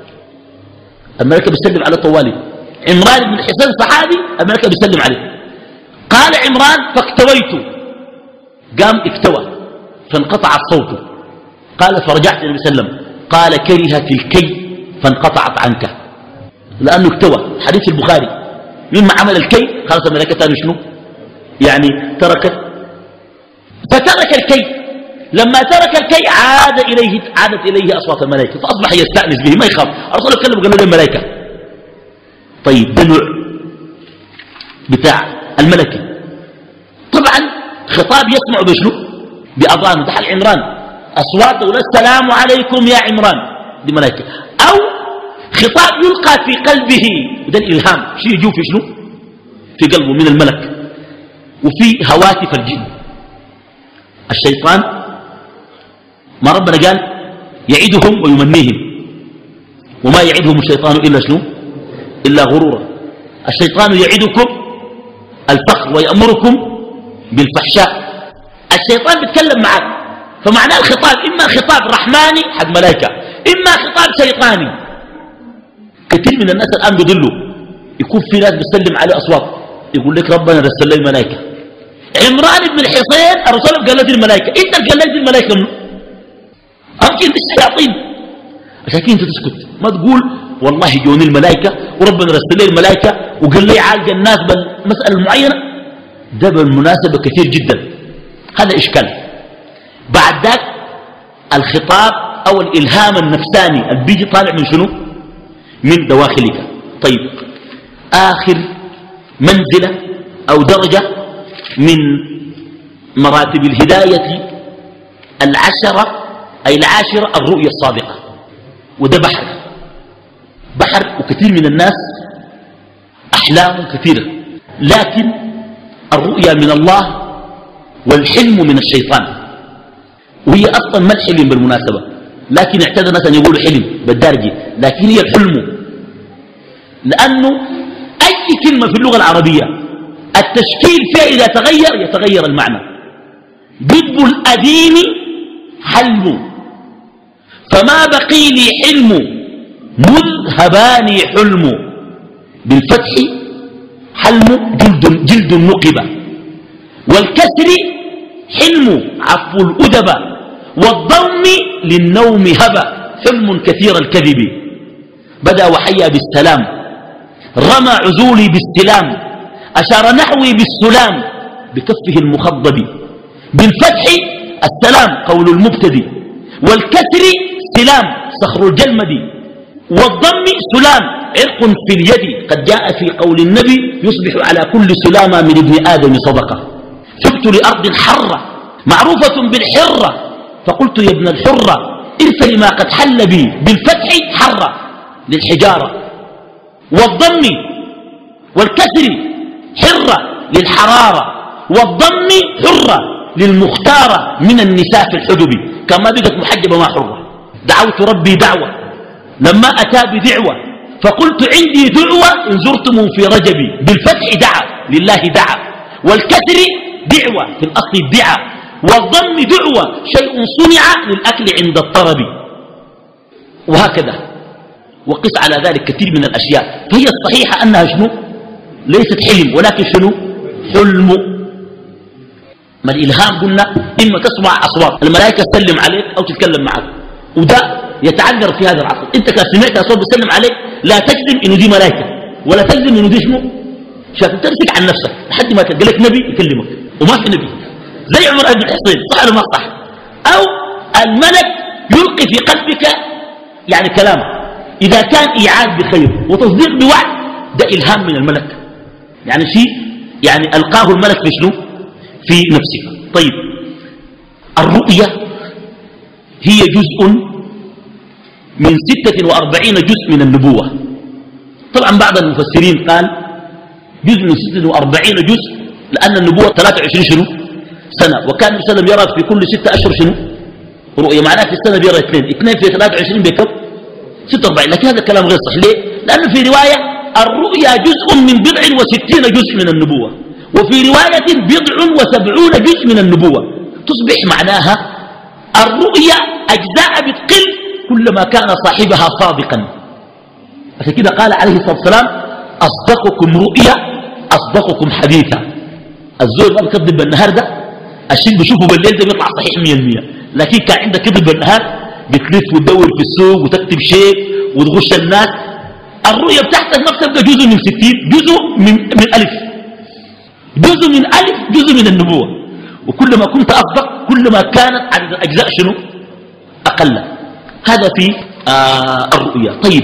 الملائكة بيسلم على طوالي. عمران بن حصين صحابي الملائكة بيسلم عليه. قال عمران فاكتويت، قام اكتوى فانقطع الصوت. قال فرجعت النبي صلى الله عليه وسلم قال كرهت الكي فانقطعت عنك، لأنه اكتوى. حديث البخاري مما عمل الكي خلاص الملائكة تاني شنو يعني تركت، فترك الكي. لما ترك الكي عادت إليه أصوات الملائكة فأصبح يستأنس به ما يخاف. الرسول يتكلم وقال له الملائكة. طيب ده نوع بتاع الملكي. طبعا خطاب يسمع بشنو بأذان دخل عمران أصوات ولا السلام عليكم يا عمران دي ملائكة، أو خطاب يلقى في قلبه وده الإلهام شيء يجو في شنو في قلبه من الملك. وفي هواتف الجن الشيطان ما ربنا قال يعدهم ويمنيهم وما يعدهم الشيطان إلا شنو إلا غرورا. الشيطان يعدكم الفقر ويأمركم بالفحشاء. الشيطان بيتكلم معك، فمعناه الخطاب إما خطاب رحماني حق ملائكة إما خطاب شيطاني. كثير من الناس الآن بيضلوا يكون في ناس بيسلم عليه أصوات يقول لك ربنا رسل لي الملائكة. عمران بن الحصين الرسول قال له دي الملائكة، انت قال لك دي الملائكة منه؟ ممكن دي الشياطين. عشان كده انت تسكت ما تقول والله جوني الملائكة وربنا رسل لي الملائكة وقال لي عالج الناس بالمسألة المعينة. ده بالمناسبة كثير جدا، هذا إشكال. بعد ذاك الخطاب أو الإلهام النفساني اللي بيجي طالع من شنو من دواخلك. طيب آخر منزلة أو درجة من مراتب الهداية العاشرة الرؤية الصادقة. وده بحر وكثير من الناس أحلام كثيرة، لكن الرؤيا من الله والحلم من الشيطان. وهي أصلا ما الحلم بالمناسبة، لكن اعتدى الناس أن يقولوا حلم بالدارجة، لكن هي الحلم. لأنه أي كلمة في اللغة العربية التشكيل فيها إذا يتغير المعنى. ضد الأديم حلم، فما بقي لي حلم مذ هباني حلم. بالفتح حلم جلد نقبة، والكسر حلم عفو الأدب، والضم للنوم هبى حلم كثير الكذب. بدأ وحيا بالسلام رمى عزولي باستلام، أشار نحوي بالسلام بكفه المخضب. بالفتح السلام قول المبتدي، والكسر سلام صخر الجلمد، والضم سلام عرق في اليد. قد جاء في قول النبي يصبح على كل سلامة من ابن آدم صدقة. سبت لأرض حرة معروفة بالحرة، فقلت يا ابن الحرة ارث لما قد حل بي. بالفتح حرة للحجارة، والضم والكسر حرة للحرارة، والضم حرة للمختارة من النساء في الحجب. كما بقت محجبة ما حرة. دعوت ربي دعوة لما أتى بدعوة، فقلت عندي دعوة إن زرتم في رجبي. بالفتح دعا لله دعا، والكسر دعوة في الأصل الدعا، والضم دعوة شيء صنع للأكل عند الطرب. وهكذا وقس على ذلك كثير من الأشياء. فهي الصحيحة أنها شنو ليست حلم ولكن شنو حلم. ما الإلهام قلنا إما تسمع أصوات الملائكة تسلم عليك أو تتكلم معك، وده يتعذر في هذا العصر. انت كان سمعت صوت بيسلم عليك لا تجزم انه دي ملائكه ولا تجزم انه دي شنو شاف. تمسك عن نفسك لحد ما تلقى لك نبي يكلمك وما في نبي، زي عمر بن الحصين صح ولا ما صح؟ او الملك يلقي في قلبك يعني كلام اذا كان ايعاد بخير وتصديق بوعد، ده الهام من الملك، يعني شيء يعني القاه الملك في شنو في نفسك. طيب الرؤيا هي جزء من 46 جزء من النبوة. طبعا بعض المفسرين قال جزء من 46 جزء لأن النبوة 23 شنو سنة، وكان النبي صلى الله عليه وسلم يرى في كل 6 أشهر شنو رؤية، معناه في السنة بيرى 2 في 23 بكم 46. لكن هذا الكلام غير صح. ليه؟ لأنه في رواية الرؤيا جزء من 60 جزء من النبوة، وفي رواية 70 جزء من النبوة. تصبح معناها الرؤيا أجزاء بتقل كلما كان صاحبها صادقا. عشان كده قال عليه الصلاة والسلام أصدقكم رؤيا أصدقكم حديثا. الزول ما بكذب بالنهار ده الشيء بشوفه بالليل ده بيطلع صحيح 100%، لكن كان عندك كذب بالنهار بتلف وتدور في السوق وتكتب شيء وتغش الناس. الرؤيا بتاعتك ما بتبقى جزء من 60، جزء من ألف، جزء من ألف، جزء من النبوة. وكلما كنت أصدق كلما كانت عدد الأجزاء شنو أقل. هذا في الرؤيا. طيب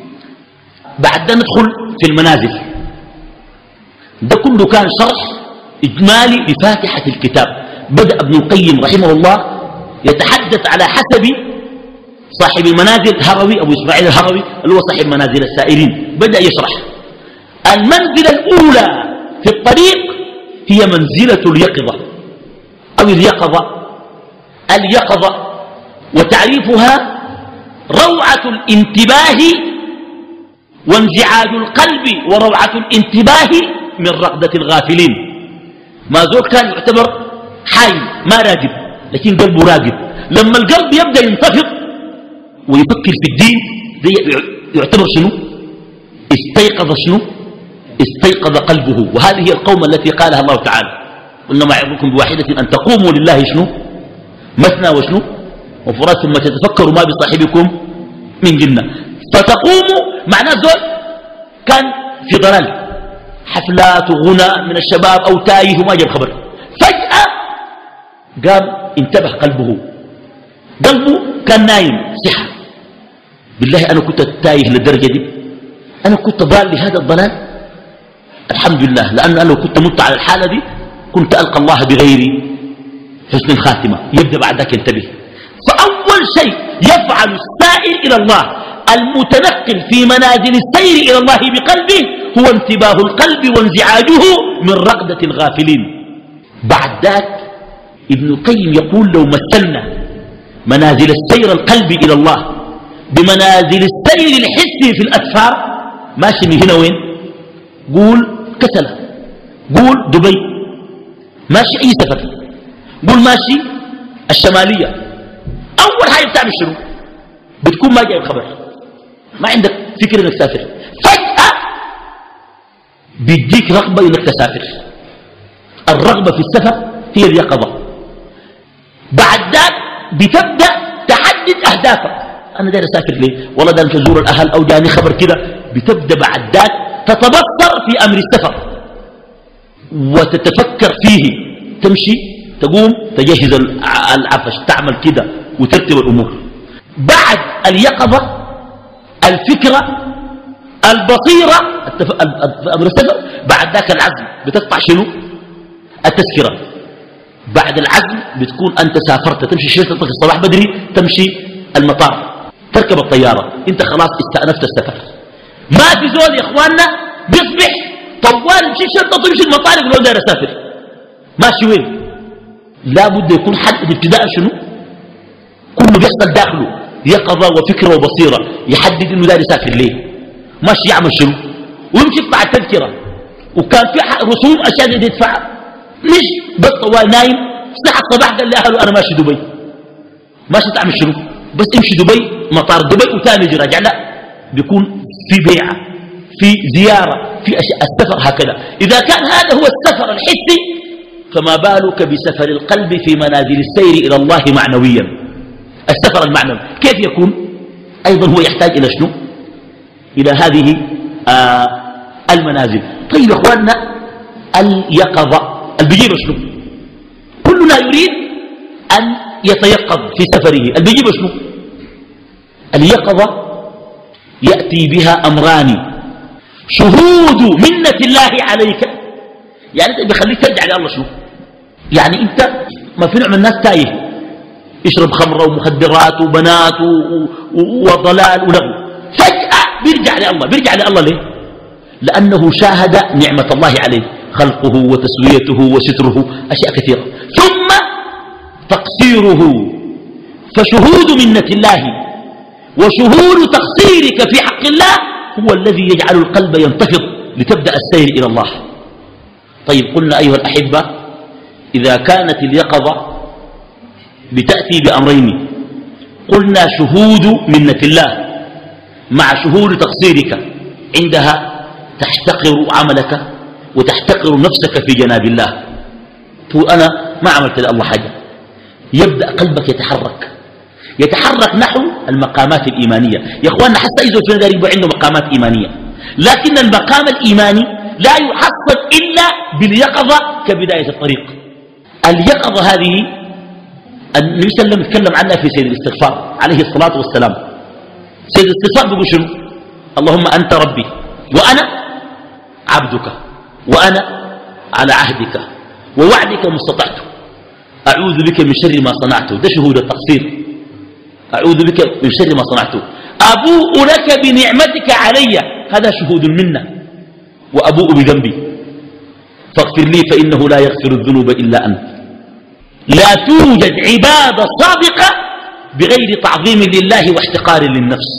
بعد ندخل في المنازل. ده كله كان شرح إجمالي لفاتحة الكتاب. بدأ ابن القيم رحمه الله يتحدث على حسب صاحب المنازل هروي أبو إسماعيل الهروي اللي هو صاحب منازل السائرين. بدأ يشرح المنزلة الأولى في الطريق هي منزلة اليقظة أو اليقظة. اليقظة وتعريفها روعة الانتباه وانزعاج القلب وروعة الانتباه من رقدة الغافلين. ما زول كان يعتبر حي ما راقب، لكن قلبه راقب. لما القلب يبدأ ينتفض ويفكر في الدين يعتبر شنو استيقظ شنو استيقظ قلبه. وهذه هي القوم التي قالها الله تعالى إنما يعظكم بواحدة أن تقوموا لله شنو مثنى وشنو وفرات ثم تتفكروا ما بصاحبكم من جنة. فتقوموا معناه زول كان في ضلال، حفلات وغنى من الشباب أو تايه وما جاب خبر، فجأة قام انتبه قلبه كان نايم صحة. بالله أنا كنت تايه للدرجة دي، أنا كنت ضال لهذا الضلال. الحمد لله، لأن أنا لو كنت مت على الحالة دي كنت ألقى الله بغير حسن الخاتمة. يبدأ بعد ذلك ينتبه. فأول شيء يفعل السائر إلى الله المتنقل في منازل السير إلى الله بقلبه هو انتباه القلب وانزعاجه من رقدة الغافلين. بعد ذلك ابن القيم يقول لو مثلنا منازل السير القلب إلى الله بمنازل السير الحسي في الأسفار، ماشي من هنا وين؟ قول كسلة، قول دبي، ماشي أي سفر، قول ماشي الشمالية، أول حاجة بتعمل شنو؟ بتكون ما جايب خبر، ما عندك فكرة انك تسافر. فجأة بيديك رغبة انك تسافر. الرغبة في السفر هي اليقظة. بعد ذلك بتبدأ تحدد أهدافك. أنا داير أسافر ليه؟ والله داير أزور الأهل أو جاني خبر كده. بتبدأ بعد ذلك تتبصر في أمر السفر وتتفكر فيه، تمشي تقوم تجهز العفش تعمل كده وترتب الأمور. بعد اليقظة الفكرة البصيرة أمر السفر. بعد ذاك العزم بتقطع شنو التذكرة. بعد العزم بتكون أنت سافرت، تمشي شيء الصباح بدري تمشي المطار تركب الطيارة، أنت خلاص استأنفت السفر. ما في زول يا إخواننا بيصبح طوال يمشي شنطة تمشي المطار يقول داير أسافر، ماشي وين؟ لا بد يكون حد ابتداء شنو كله بيحصل داخله يقظة وفكرة وبصيرة، يحدد انه داير يسافر ليه، ماشي يعمل شنو ويمشي يدفع التذكرة. وكان في رسوم اشياء اللي يدفعها، مش بس طوال نايم صحة الصباح قال لاهله انا ماشي دبي، ماشي تعمل شنو بس امشي دبي مطار دبي وثاني يجي راجع، لا بيكون في بيعة في زيارة في اشياء. السفر هكذا. اذا كان هذا هو السفر الحسي فما بالك بسفر القلب في منازل السير الى الله معنويا. السفر المعنوي كيف يكون؟ أيضا هو يحتاج إلى شنو؟ إلى هذه المنازل. طيب يا أخواننا اليقظة البيجيب شنو؟ كلنا يريد أن يتيقظ في سفره. البيجيب شنو؟ اليقظة يأتي بها أمران: شهود منة الله عليك، يعني أنت بيخليك ترجع لله شنو؟ يعني أنت ما في نوع من الناس تايه يشرب خمرة ومخدرات وبنات وضلال ولغو، فجأة بيرجع لله. بيرجع لله ليه؟ لأنه شاهد نعمة الله عليه خلقه وتسويته وستره، أشياء كثيرة. ثم تقصيره، فشهود منة الله وشهود تقصيرك في حق الله هو الذي يجعل القلب ينتفض لتبدأ السير إلى الله. طيب قلنا أيها الأحبة، إذا كانت اليقظة بتأتي بأمرين، قلنا شهود منة الله مع شهود تقصيرك، عندها تحتقر عملك وتحتقر نفسك في جناب الله، تقول أنا ما عملت لله حاجة. يبدأ قلبك يتحرك نحو المقامات الإيمانية. يا أخواننا حتى إذا في ذلك يبقى عنده مقامات إيمانية، لكن المقام الإيماني لا يحصل إلا باليقظة كبداية الطريق. اليقظة هذه النبي صلى الله عليه وسلم يتكلم عنها في سيد الاستغفار عليه الصلاة والسلام. سيد الاستغفار بيقول شنو؟ اللهم أنت ربي وأنا عبدك وأنا على عهدك ووعدك ما استطعت، أعوذ بك من شر ما صنعت. ده شهود التقصير، أعوذ بك من شر ما صنعت. أبوء لك بنعمتك علي، هذا شهود المنة. وأبوء بذنبي فاغفر لي فإنه لا يغفر الذنوب إلا أنت. لا توجد عبادة صادقة بغير تعظيم لله واحتقار للنفس.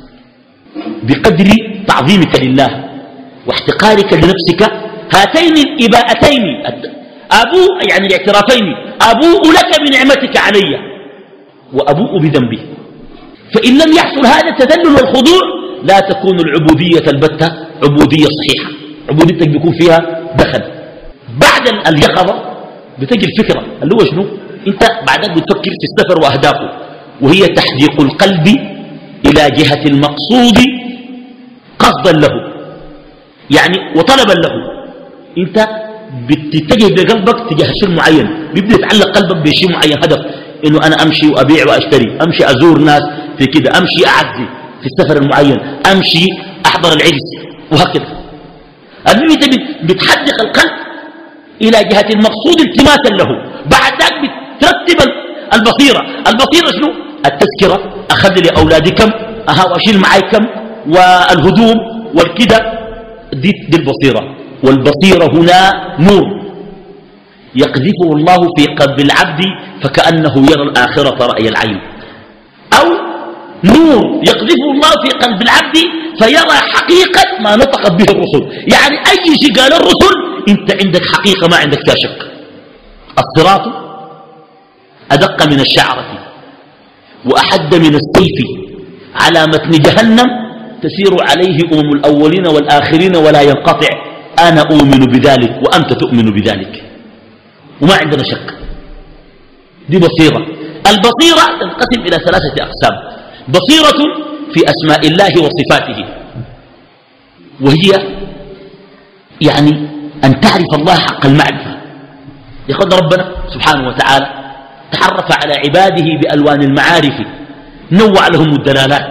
بقدر تعظيمك لله واحتقارك لنفسك، هاتين الإباءتين أبوء يعني الاعترافين، أبوء لك بنعمتك علي وأبوء بذنبي. فإن لم يحصل هذا التذلل والخضوع لا تكون العبودية البتة عبودية صحيحة، عبوديتك بيكون فيها دخل. بعد اليقظة بتجي الفكرة اللي هو شنو؟ انت بعدك بتفكر في السفر وأهدافه، وهي تحديق القلب إلى جهة المقصود قصدا له يعني وطلبا له. انت بتتجه بقلبك تجاه شيء معين، بيبدأ يتعلق قلبك بشيء معين، هدف انه انا امشي وابيع واشتري، امشي ازور ناس في كده، امشي اعزي في السفر المعين، امشي احضر العرس وهكذا. انت بتحدق القلب الى جهة المقصود التماسا له. بعد ذلك بترتب البصيرة شنو؟ التذكرة، اخذ لاولادي كم، واشيل معي كم، والهدوم والكده، دي البصيرة. والبصيرة هنا نور يقذفه الله في قلب العبد فكأنه يرى الآخرة رأي العين، أو نور يقذفه الله في قلب العبد فيرى حقيقة ما نطقت به الرسل. يعني أي شيء قال الرسل أنت عندك حقيقة ما عندك فيها شك. الصراط أدق من الشعرة وأحد من السيف على متن جهنم تسير عليه أمم الأولين والآخرين ولا ينقطع. أنا أؤمن بذلك وأنت تؤمن بذلك وما عندنا شك. دي بصيرة. البصيرة تنقسم إلى 3 أقسام. بصيرة في أسماء الله وصفاته، وهي يعني أن تعرف الله حق المعرفة. يقول ربنا سبحانه وتعالى تعرف على عباده بألوان المعارف، نوع لهم الدلالات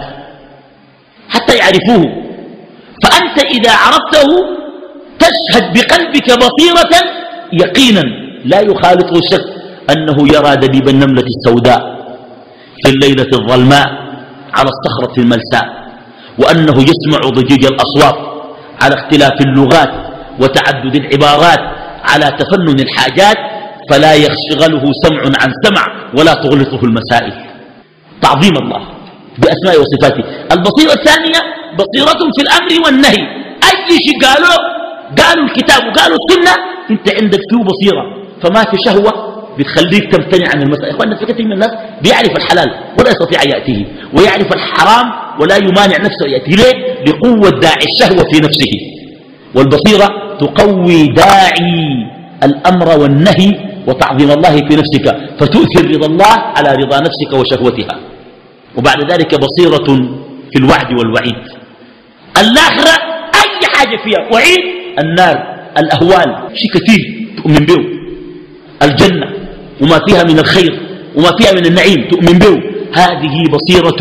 حتى يعرفوه. فأنت إذا عرفته تشهد بقلبك بصيرة يقينا لا يخالطه الشك أنه يرى دبيب النملة السوداء في الليلة الظلماء على الصخرة الملساء، وأنه يسمع ضجيج الأصوات على اختلاف اللغات وتعدد العبارات على تفنن الحاجات، فلا يشغله سمع عن سمع ولا تغلطه المسائل. تعظيم الله بأسماء وصفاته. البصيرة الثانية بصيرة في الأمر والنهي. أي شيء قالوا الكتاب وقالوا السنة انت عندك فيه بصيرة، فما في شهوة بتخليك تمتنع عن المسألة. إخواننا في كثير من الناس بيعرف الحلال ولا يستطيع أن يأتيه، ويعرف الحرام ولا يمانع نفسه يأتيه. ليه؟ لقوة داعي الشهوة في نفسه. والبصيرة تقوي داعي الأمر والنهي وتعظيم الله في نفسك، فتؤثر رضا الله على رضا نفسك وشهوتها. وبعد ذلك بصيرة في الوعد والوعيد. الآخرة أي حاجة فيها وعيد، النار، الأهوال، شيء كثير تؤمن به، الجنة وما فيها من الخير وما فيها من النعيم تؤمن به. هذه بصيرة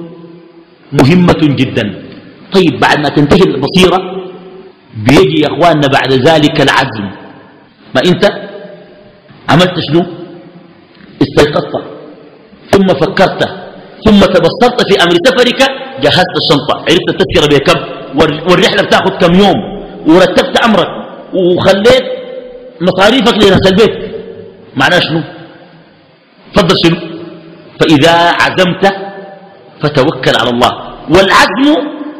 مهمة جدا. طيب بعد ما تنتهي البصيرة بيجي يا أخواننا بعد ذلك العزم. ما أنت عملت شنو؟ استيقظت ثم فكرت ثم تبصرت في أمر سفرك، جهزت الشنطة، عرفت التذكرة بكم، والرحلة بتاخذ كم يوم، ورتبت أمرك وخليت مصاريفك لناس البيت، معناه شنو؟ فضل شنو؟ فإذا عزمت فتوكل على الله. والعزم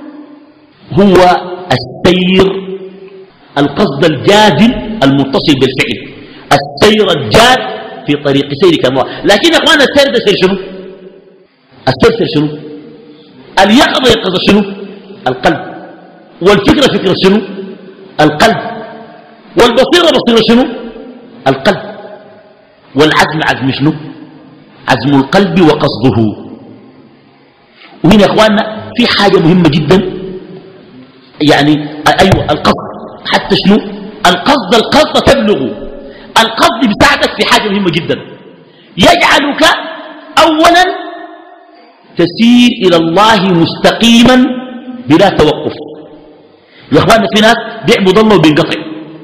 هو السير، القصد الجازم المتصل بالفعل، السير الجاد في طريق سيرك الله. لكن يا اخوانا السير ده سير شنو؟ السير سير شنو؟ اليقظة يقظة شنو؟ القلب. والفكرة فكرة شنو؟ القلب. والبصيرة بصيرة شنو؟ القلب. والعزم عزم شنو؟ عزم القلب وقصده. وهنا يا اخواننا في حاجة مهمة جدا، يعني ايوه القصد، حتى شنو؟ القصد تبلغ. القصد بيساعدك في حاجة مهمة جدا، يجعلك اولا تسير الى الله مستقيما بلا توقف. يا اخواننا في ناس بيعبد الله وبينقطع.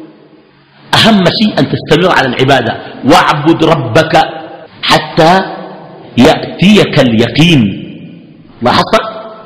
اهم شيء ان تستمر على العبادة، واعبد ربك حتى يأتيك اليقين. لاحظت؟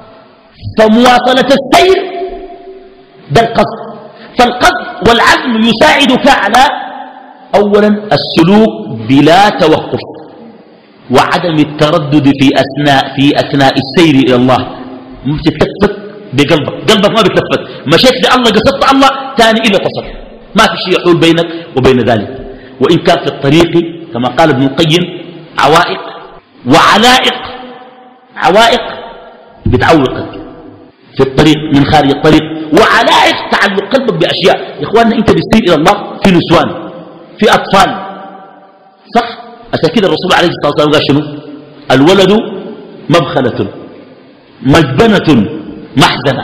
فمواصلة السير ده القصد. فالقصد والعزم يساعدك على اولا السلوك بلا توقف، وعدم التردد في اثناء السير الى الله. ما بتتلفت بقلبك، قلبك ما بيتلفت، مشيت لله قصدت الله ثاني الا تصل، ما في شيء يحول بينك وبين ذلك. وان كان في الطريق كما قال ابن القيم عوائق وعلائق. عوائق بتعوقك في الطريق من خارج الطريق، وعلائق تعلق قلبك باشياء. يا اخواننا انت بتسير الى الله في نسوان، في اطفال، صح؟ عشان كده الرسول عليه الصلاه والسلام قال شنو؟ الولد مبخلة مجبنة محزنة.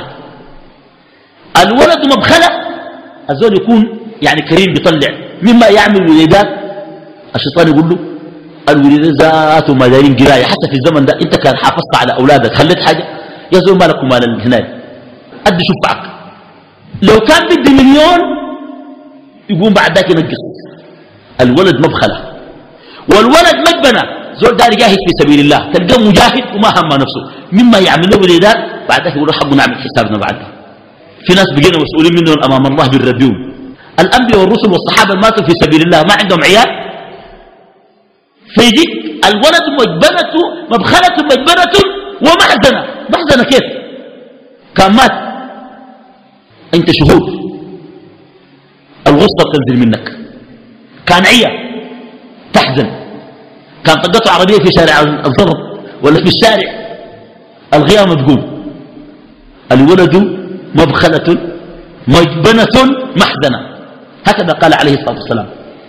الولد مبخلة، الزول يكون يعني كريم بيطلع مما يعمل وليدات، الشيطان يقول له الوليدات ذاته ما دايرين قرايه. حتى في الزمن ده انت كان حافظت على اولادك، خليت حاجه يا زول مالك ومال الهنايه، ادي شفعك. لو كان بدي مليون يقوم بعد ذاك ينقص. الولد مبخله، والولد مجبنه، زول داري جاهد في سبيل الله، تلقاه مجاهد وما هم نفسه مما يعمل له وليدات، بعد ذاك يقول له حقه نعمل حسابنا بعد. في ناس بقينا مسؤولين منهم امام الله بالرديون. الانبياء والرسل والصحابه ماتوا في سبيل الله ما عندهم عيال. فيجيك الولد مجبنة مبخلة مجبنة ومحزنة. محزنة كيف؟ كان مات انت شهود الغصة تنزل منك، كان عيا تحزن، كان طقته عربية في شارع الضرب ولا في الشارع الغيامة تقوم. الولد مبخلة مجبنة محزنة، هكذا قال عليه الصلاة والسلام.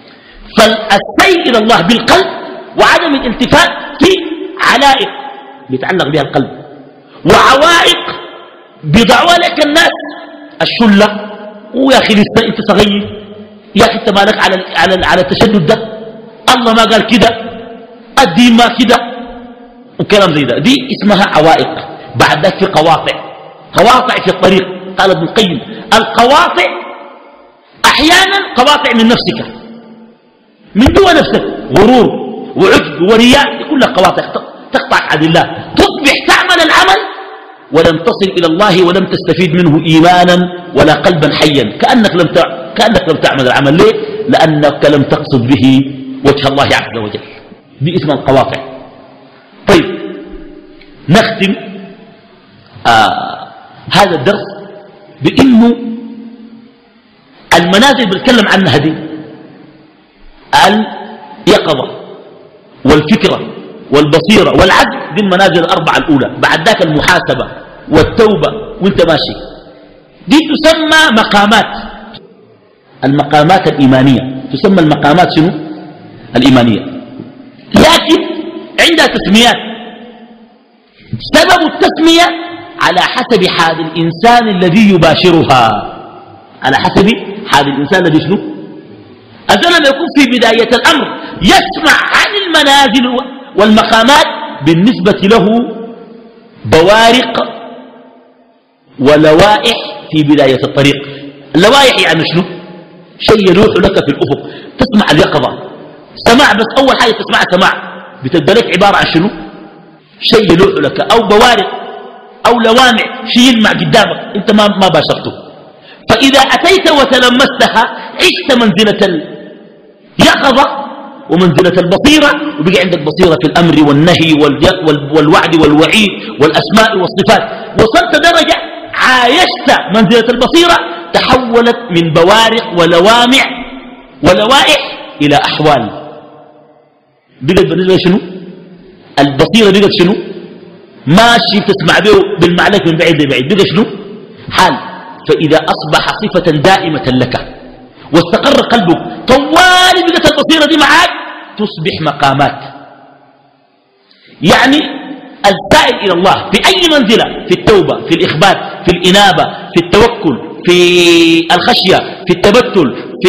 فالسير إلى الله بالقلب وعدم الالتفات في علائق بيتعلق بها القلب، وعوائق بيضعوا لك الناس الشلة. ويا أخي لسه أنت صغير، يا أخي أنت مالك على التشدد ده، الله ما قال كده، الدين ما كده، وكلام زي ده. دي اسمها عوائق. بعد ذلك في قواطع في الطريق. قال ابن القيم القواطع أحيانا قواطع من نفسك، من جوا نفسك، غرور وعجب ورياء، كلها قواطع تقطعك عن الله. تصبح تعمل العمل ولم تصل إلى الله ولم تستفيد منه إيمانا ولا قلبا حيا، كأنك لم تعمل العمل. ليه؟ لأنك لم تقصد به وجه الله عز وجل. دي اسم القواطع. طيب نختم هذا الدرس بأنه المنازل بنتكلم عنها دي اليقظة والفكرة والبصيرة والعدل، دي المنازل الأربعة الأولى. بعد ذاك المحاسبة والتوبة وانت ماشي، دي تسمى مقامات. المقامات الإيمانية تسمى المقامات شنو؟ الإيمانية. لكن عندها تسميات. سبب التسمية على حسب حال الإنسان الذي يباشرها، على حسب حال الإنسان الذي شنو؟ أذن لما يكون في بداية الأمر يسمع عن المنازل والمقامات، بالنسبة له بوارق ولوائح في بداية الطريق. اللوائح يعني شنو؟ شيء يلوح لك في الأفق، تسمع اليقظة، سماع بس أول حاجة تسمع سماع، بتبقى لك عبارة عن شنو؟ شيء يلوح لك، أو بوارق أو لوامع، شيء يلمع قدامك أنت ما باشرته. فإذا فإذا أتيت وتلمستها عشت منزلة اليقظة ومنزلة البصيرة، وبقى عندك بصيرة في الأمر والنهي والوعد والوعيد والأسماء والصفات. وصلت درجة عايشت منزلة البصيرة، تحولت من بوارق ولوامع ولوائح إلى أحوال. بقت بالنسبة شنو؟ البصيرة بقت شنو؟ ماشي تسمع به بالمعلك من بعيد لبعيد، بقى شنو؟ حال. فإذا أصبح صفة دائمة لك واستقر قلبك طوال بقت البصيرة دي معاك، تصبح مقامات. يعني السائل إلى الله في أي منزلة، في التوبة، في الإخبات، في الإنابة، في التوكل، في الخشية، في التبتل، في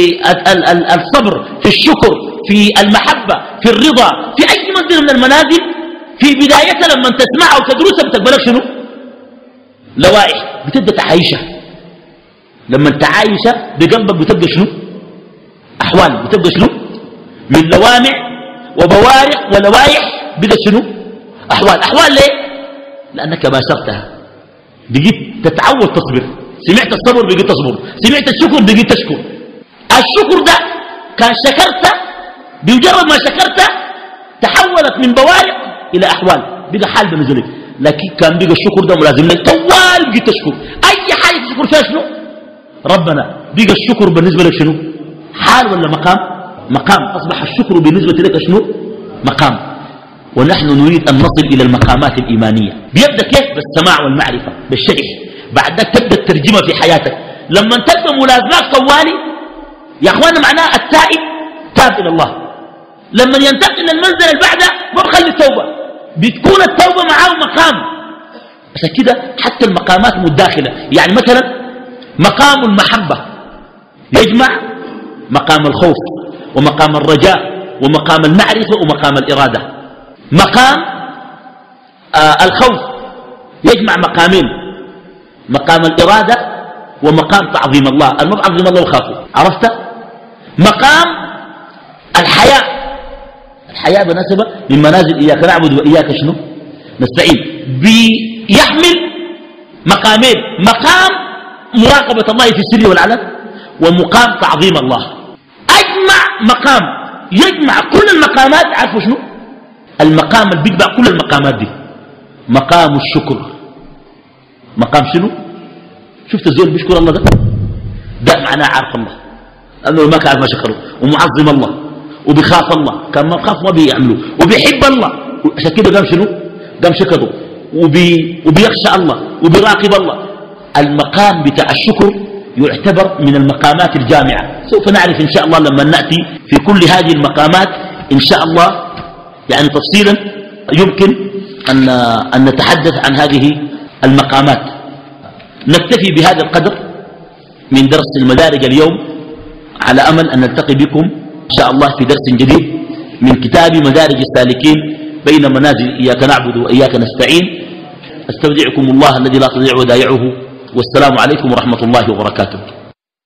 الصبر، في الشكر، في المحبة، في الرضا، في أي منزل من المنازل، في بدايتها لما تسمعها وتدرسها بتقبلك شنو؟ لوائح بتبدأ تعايشها. لما تعايشها بقلبك بتبدأ شنو؟ أحوال بتبدأ شنو؟ من لوامع وبوارق ولوائح بدأ شنو؟ أحوال. أحوال ليه؟ لأنك باشرتها، بقيت تتعود تصبر. سمعت الصبر بقيت تصبر، سمعت الشكر بقيت تشكر. الشكر ده كان شكرت، بمجرد ما شكرت تحولت من بوارق إلى أحوال، بقى حال بالنسبة لك. لكن كان بقى الشكر ده ملازم لك طوال بقيت تشكر. أي حاجة تشكر فيها شنو؟ ربنا. بقى الشكر بالنسبة لك شنو؟ حال ولا مقام؟ مقام. أصبح الشكر بالنسبة لك شنو؟ مقام. ونحن نريد أن نصل إلى المقامات الإيمانية. بيبدأ كيف؟ بالسماع والمعرفة، بالشرح. بعد ذلك تبدأ الترجمة في حياتك. لما تبدأ ملازمات طوالي يا أخوانا معناه التائب تاب إلى الله. لما ينتقل للمنزل اللي بعده ما بخلي التوبة، بتكون التوبة معاه مقام. عشان كده حتى المقامات متداخلة. يعني مثلا مقام المحبة يجمع مقام الخوف ومقام الرجاء ومقام المعرفة ومقام الإرادة. مقام الخوف يجمع مقامين، مقام الإرادة ومقام تعظيم الله. المعظم الله وخافه، عرفت؟ مقام الحياء، الحياء بنسبة من منازل إياك نعبد وإياك شنو نستعين، بيحمل مقامين: مقام مراقبة الله في السر والعلن، ومقام تعظيم الله. أجمع مقام يجمع كل المقامات. عارفوا شنو المقام اللي بيجمع كل المقامات دي؟ مقام الشكر. مقام شنو؟ شفت الزول بيشكر الله ده معناه عارف الله، لأنه ما كان ما شكره، ومعظم الله، وبيخاف الله. كان ما بخاف ما بيعمله، وبيحب الله. عشان كده قام شنو؟ قام شكره، وبيخشى الله، وبيراقب الله. المقام بتاع الشكر يعتبر من المقامات الجامعة. سوف نعرف إن شاء الله لما نأتي في كل هذه المقامات إن شاء الله، يعني تفصيلا يمكن أن نتحدث عن هذه المقامات. نكتفي بهذا القدر من درس المدارج اليوم، على أمل أن نلتقي بكم إن شاء الله في درس جديد من كتاب مدارج السالكين بين منازل إياك نعبد وإياك نستعين. استودعكم الله الذي لا تضيع ودائعه، والسلام عليكم ورحمة الله وبركاته.